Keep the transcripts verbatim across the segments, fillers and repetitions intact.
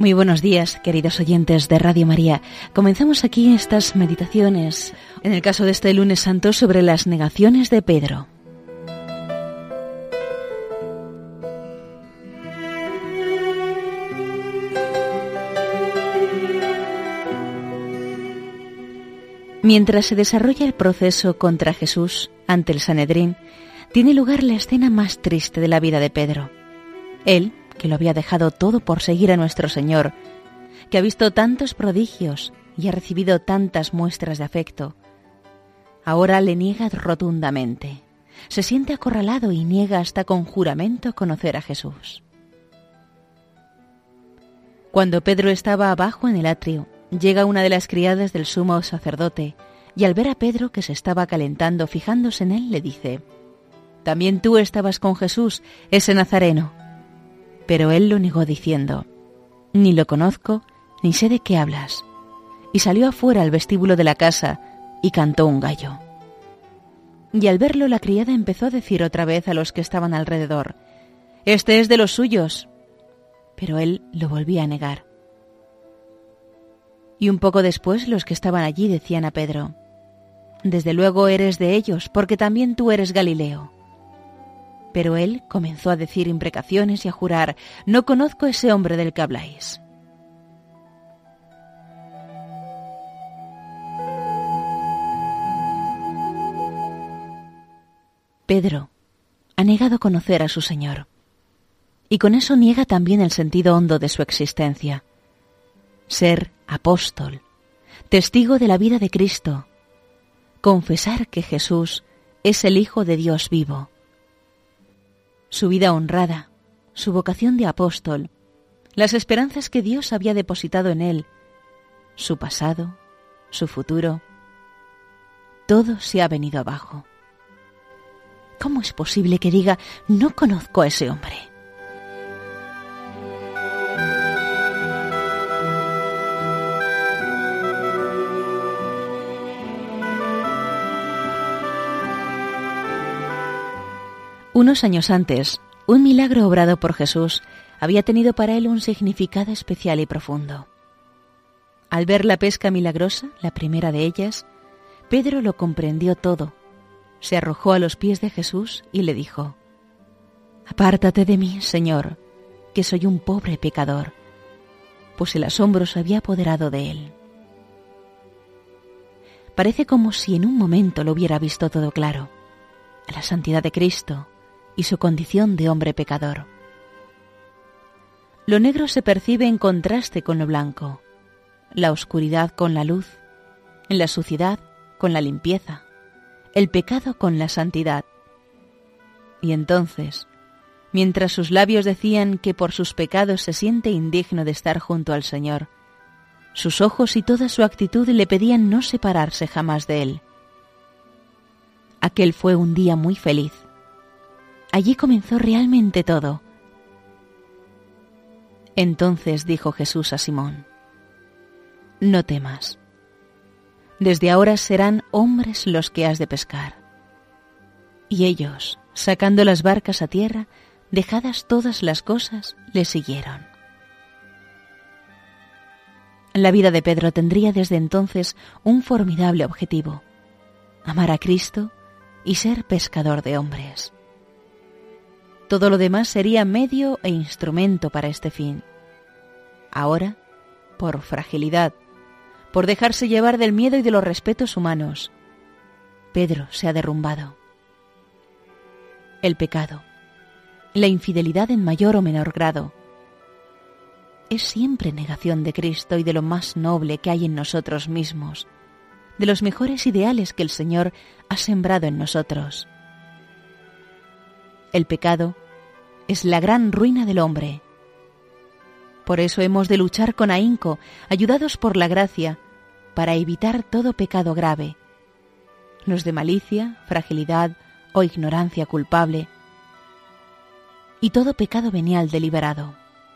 Muy buenos días, queridos oyentes de Radio María. Comenzamos aquí estas meditaciones, en el caso de este lunes santo, sobre las negaciones de Pedro. Mientras se desarrolla el proceso contra Jesús ante el Sanedrín, tiene lugar la escena más triste de la vida de Pedro. Él, que lo había dejado todo por seguir a nuestro Señor, que ha visto tantos prodigios y ha recibido tantas muestras de afecto, ahora le niega rotundamente. Se siente acorralado y niega hasta con juramento conocer a Jesús. Cuando Pedro estaba abajo en el atrio, llega una de las criadas del sumo sacerdote y al ver a Pedro que se estaba calentando fijándose en él, le dice: «También tú estabas con Jesús, ese nazareno». Pero él lo negó diciendo: «Ni lo conozco, ni sé de qué hablas». Y salió afuera al vestíbulo de la casa y cantó un gallo. Y al verlo la criada empezó a decir otra vez a los que estaban alrededor: «Este es de los suyos». Pero él lo volvía a negar. Y un poco después los que estaban allí decían a Pedro: «Desde luego eres de ellos, porque también tú eres Galileo». Pero él comenzó a decir imprecaciones y a jurar: «No conozco ese hombre del que habláis». Pedro ha negado conocer a su Señor, y con eso niega también el sentido hondo de su existencia. Ser apóstol, testigo de la vida de Cristo, confesar que Jesús es el Hijo de Dios vivo. Su vida honrada, su vocación de apóstol, las esperanzas que Dios había depositado en él, su pasado, su futuro, todo se ha venido abajo. ¿Cómo es posible que diga: «No conozco a ese hombre»? Unos años antes, un milagro obrado por Jesús había tenido para él un significado especial y profundo. Al ver la pesca milagrosa, la primera de ellas, Pedro lo comprendió todo. Se arrojó a los pies de Jesús y le dijo: «Apártate de mí, Señor, que soy un pobre pecador», pues el asombro se había apoderado de él. Parece como si en un momento lo hubiera visto todo claro: la santidad de Cristo y su condición de hombre pecador. Lo negro se percibe en contraste con lo blanco, la oscuridad con la luz, la suciedad con la limpieza, el pecado con la santidad. Y entonces, mientras sus labios decían que por sus pecados se siente indigno de estar junto al Señor, sus ojos y toda su actitud le pedían no separarse jamás de él. Aquel fue un día muy feliz. Allí comenzó realmente todo. Entonces dijo Jesús a Simón: «No temas. Desde ahora serán hombres los que has de pescar». Y ellos, sacando las barcas a tierra, dejadas todas las cosas, le siguieron. La vida de Pedro tendría desde entonces un formidable objetivo: amar a Cristo y ser pescador de hombres. Todo lo demás sería medio e instrumento para este fin. Ahora, por fragilidad, por dejarse llevar del miedo y de los respetos humanos, Pedro se ha derrumbado. El pecado, la infidelidad en mayor o menor grado, es siempre negación de Cristo y de lo más noble que hay en nosotros mismos, de los mejores ideales que el Señor ha sembrado en nosotros. El pecado es la gran ruina del hombre. Por eso hemos de luchar con ahínco, ayudados por la gracia, para evitar todo pecado grave, los de malicia, fragilidad o ignorancia culpable, y todo pecado venial deliberado.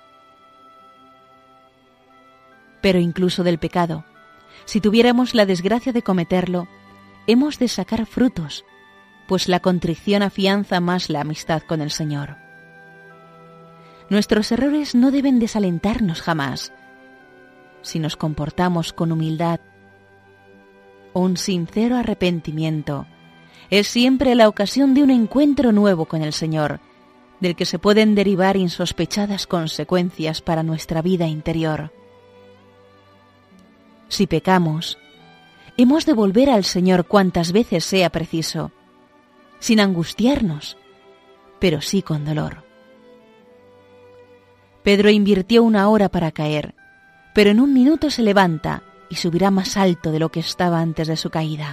Pero incluso del pecado, si tuviéramos la desgracia de cometerlo, hemos de sacar frutos, pues la contrición afianza más la amistad con el Señor. Nuestros errores no deben desalentarnos jamás. Si nos comportamos con humildad, un sincero arrepentimiento es siempre la ocasión de un encuentro nuevo con el Señor, del que se pueden derivar insospechadas consecuencias para nuestra vida interior. Si pecamos, hemos de volver al Señor cuantas veces sea preciso, sin angustiarnos, pero sí con dolor. Pedro invirtió una hora para caer, pero en un minuto se levanta y subirá más alto de lo que estaba antes de su caída.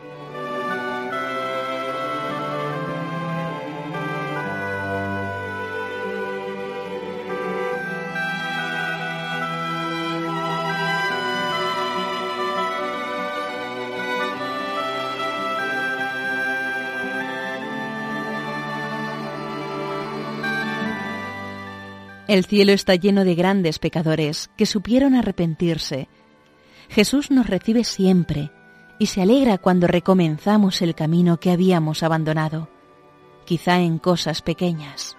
El cielo está lleno de grandes pecadores que supieron arrepentirse. Jesús nos recibe siempre y se alegra cuando recomenzamos el camino que habíamos abandonado, quizá en cosas pequeñas.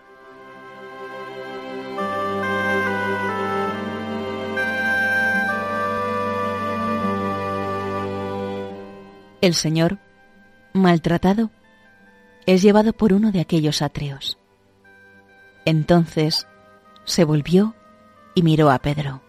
El Señor, maltratado, es llevado por uno de aquellos atrios. Entonces se volvió y miró a Pedro.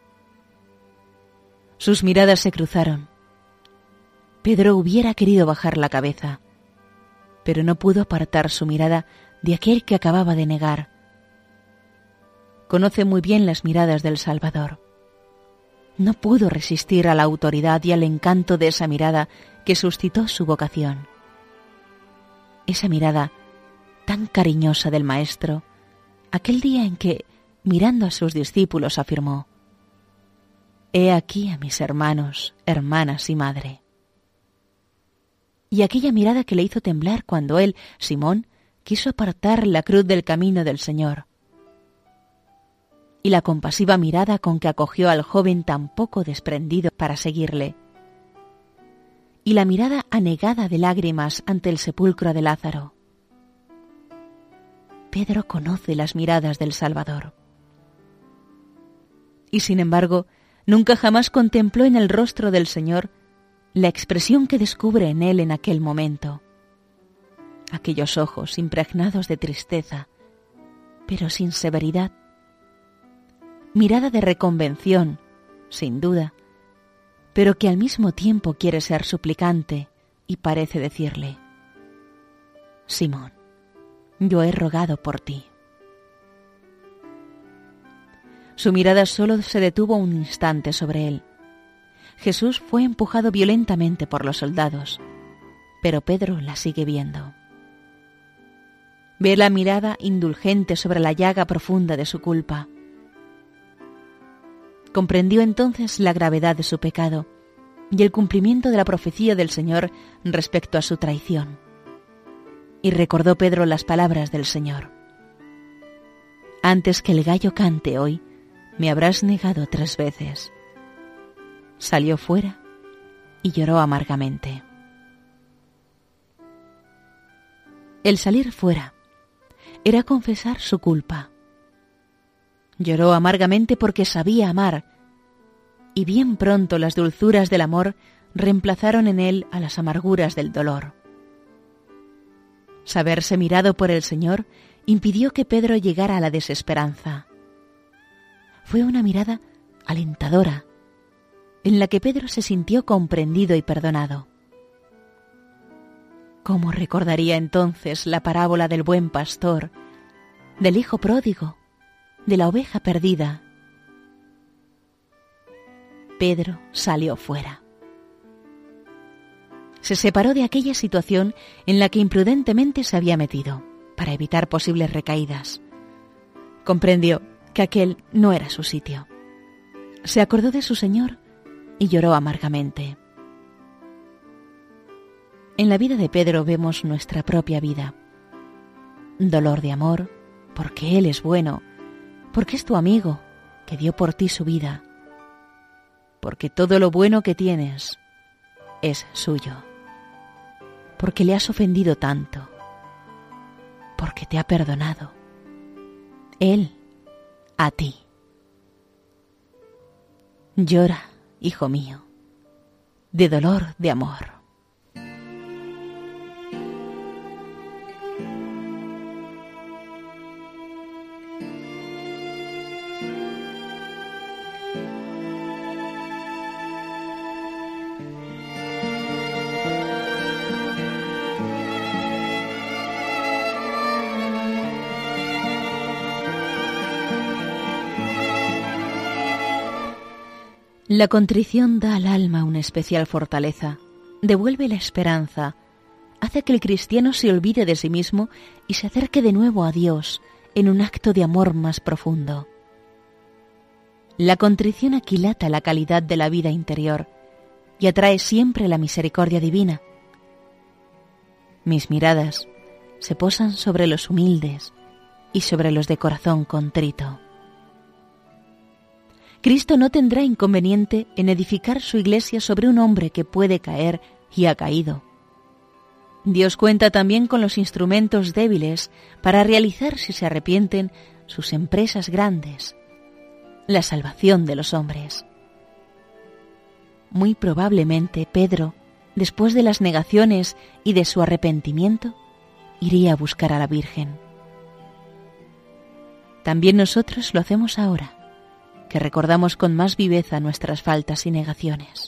Sus miradas se cruzaron. Pedro hubiera querido bajar la cabeza, pero no pudo apartar su mirada de aquel que acababa de negar. Conoce muy bien las miradas del Salvador. No pudo resistir a la autoridad y al encanto de esa mirada que suscitó su vocación. Esa mirada tan cariñosa del Maestro, aquel día en que, mirando a sus discípulos, afirmó: «He aquí a mis hermanos, hermanas y madre». Y aquella mirada que le hizo temblar cuando él, Simón, quiso apartar la cruz del camino del Señor. Y la compasiva mirada con que acogió al joven tan poco desprendido para seguirle. Y la mirada anegada de lágrimas ante el sepulcro de Lázaro. Pedro conoce las miradas del Salvador. Y sin embargo, nunca jamás contempló en el rostro del Señor la expresión que descubre en él en aquel momento. Aquellos ojos impregnados de tristeza, pero sin severidad. Mirada de reconvención, sin duda, pero que al mismo tiempo quiere ser suplicante y parece decirle: «Simón, yo he rogado por ti». Su mirada solo se detuvo un instante sobre él. Jesús fue empujado violentamente por los soldados, pero Pedro la sigue viendo. Ve la mirada indulgente sobre la llaga profunda de su culpa. Comprendió entonces la gravedad de su pecado y el cumplimiento de la profecía del Señor respecto a su traición. Y recordó Pedro las palabras del Señor: «Antes que el gallo cante hoy, me habrás negado tres veces». Salió fuera y lloró amargamente. El salir fuera era confesar su culpa. Lloró amargamente porque sabía amar, y bien pronto las dulzuras del amor reemplazaron en él a las amarguras del dolor. Saberse mirado por el Señor impidió que Pedro llegara a la desesperanza. Fue una mirada alentadora, en la que Pedro se sintió comprendido y perdonado. ¿Cómo recordaría entonces la parábola del buen pastor, del hijo pródigo, de la oveja perdida? Pedro salió fuera. Se separó de aquella situación en la que imprudentemente se había metido, para evitar posibles recaídas. Comprendió que aquel no era su sitio. Se acordó de su Señor y lloró amargamente. En la vida de Pedro vemos nuestra propia vida. Dolor de amor, porque Él es bueno, porque es tu amigo, que dio por ti su vida, porque todo lo bueno que tienes es suyo, porque le has ofendido tanto, porque te ha perdonado, Él a ti. Llora, hijo mío, de dolor de amor. La contrición da al alma una especial fortaleza, devuelve la esperanza, hace que el cristiano se olvide de sí mismo y se acerque de nuevo a Dios en un acto de amor más profundo. La contrición aquilata la calidad de la vida interior y atrae siempre la misericordia divina. Mis miradas se posan sobre los humildes y sobre los de corazón contrito. Cristo no tendrá inconveniente en edificar su iglesia sobre un hombre que puede caer y ha caído. Dios cuenta también con los instrumentos débiles para realizar, si se arrepienten, sus empresas grandes, la salvación de los hombres. Muy probablemente Pedro, después de las negaciones y de su arrepentimiento, iría a buscar a la Virgen. También nosotros lo hacemos ahora, que recordamos con más viveza nuestras faltas y negaciones.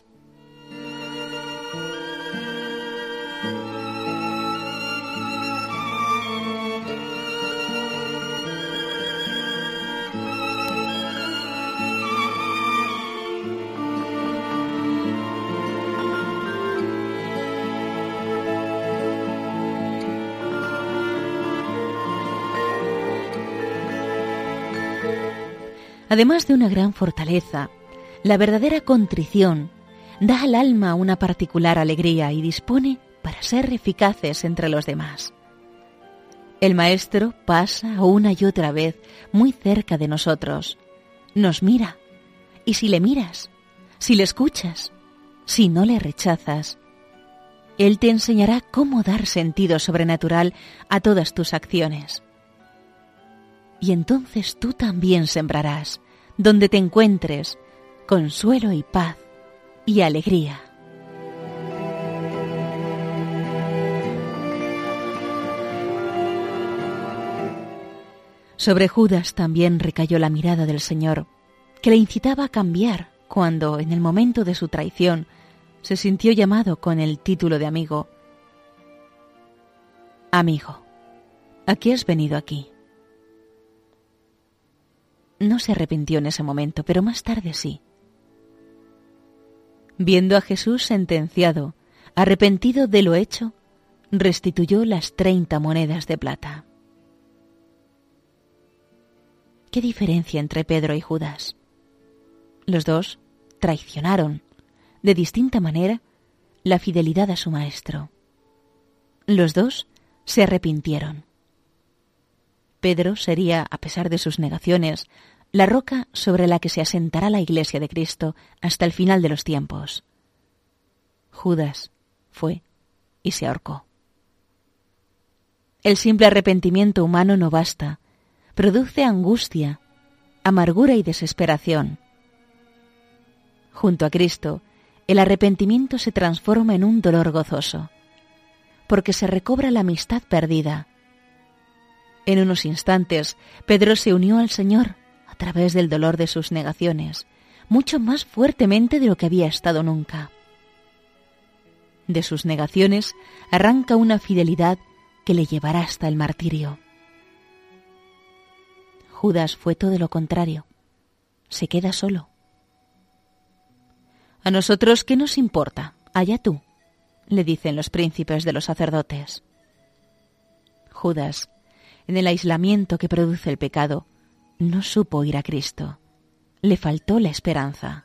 Además de una gran fortaleza, la verdadera contrición da al alma una particular alegría y dispone para ser eficaces entre los demás. El Maestro pasa una y otra vez muy cerca de nosotros, nos mira, y si le miras, si le escuchas, si no le rechazas, Él te enseñará cómo dar sentido sobrenatural a todas tus acciones. Y entonces tú también sembrarás, donde te encuentres, consuelo y paz y alegría. Sobre Judas también recayó la mirada del Señor, que le incitaba a cambiar cuando, en el momento de su traición, se sintió llamado con el título de amigo. Amigo, ¿a qué has venido aquí? No se arrepintió en ese momento, pero más tarde sí. Viendo a Jesús sentenciado, arrepentido de lo hecho, restituyó las treinta monedas de plata. ¿Qué diferencia entre Pedro y Judas? Los dos traicionaron, de distinta manera, la fidelidad a su maestro. Los dos se arrepintieron. Pedro sería, a pesar de sus negaciones, la roca sobre la que se asentará la Iglesia de Cristo hasta el final de los tiempos. Judas fue y se ahorcó. El simple arrepentimiento humano no basta, produce angustia, amargura y desesperación. Junto a Cristo, el arrepentimiento se transforma en un dolor gozoso, porque se recobra la amistad perdida. En unos instantes, Pedro se unió al Señor a través del dolor de sus negaciones, mucho más fuertemente de lo que había estado nunca. De sus negaciones arranca una fidelidad que le llevará hasta el martirio. Judas fue todo lo contrario. Se queda solo. «A nosotros, ¿qué nos importa? Allá tú», le dicen los príncipes de los sacerdotes. Judas, en el aislamiento que produce el pecado, no supo ir a Cristo. Le faltó la esperanza.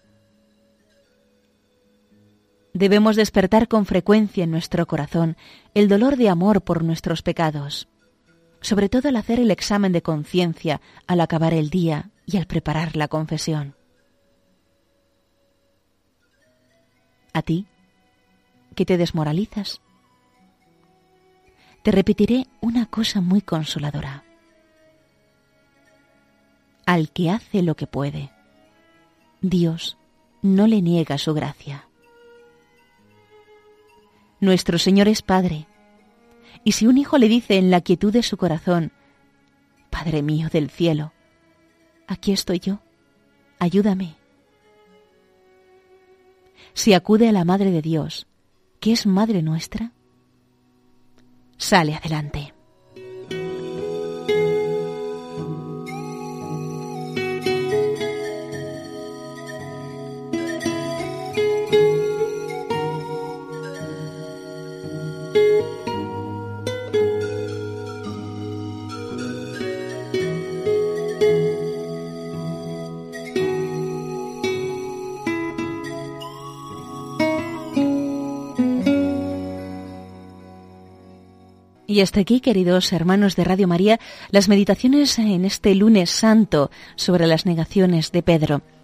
Debemos despertar con frecuencia en nuestro corazón el dolor de amor por nuestros pecados, sobre todo al hacer el examen de conciencia al acabar el día y al preparar la confesión. ¿A ti, que te desmoralizas? Te repetiré una cosa muy consoladora. al que hace lo que puede. Dios no le niega su gracia. Nuestro Señor es Padre, y si un hijo le dice en la quietud de su corazón: Padre mío del cielo, aquí estoy yo, ayúdame. Si acude a la Madre de Dios, que es Madre nuestra, sale adelante. Y hasta aquí, queridos hermanos de Radio María, las meditaciones en este lunes santo sobre las negaciones de Pedro.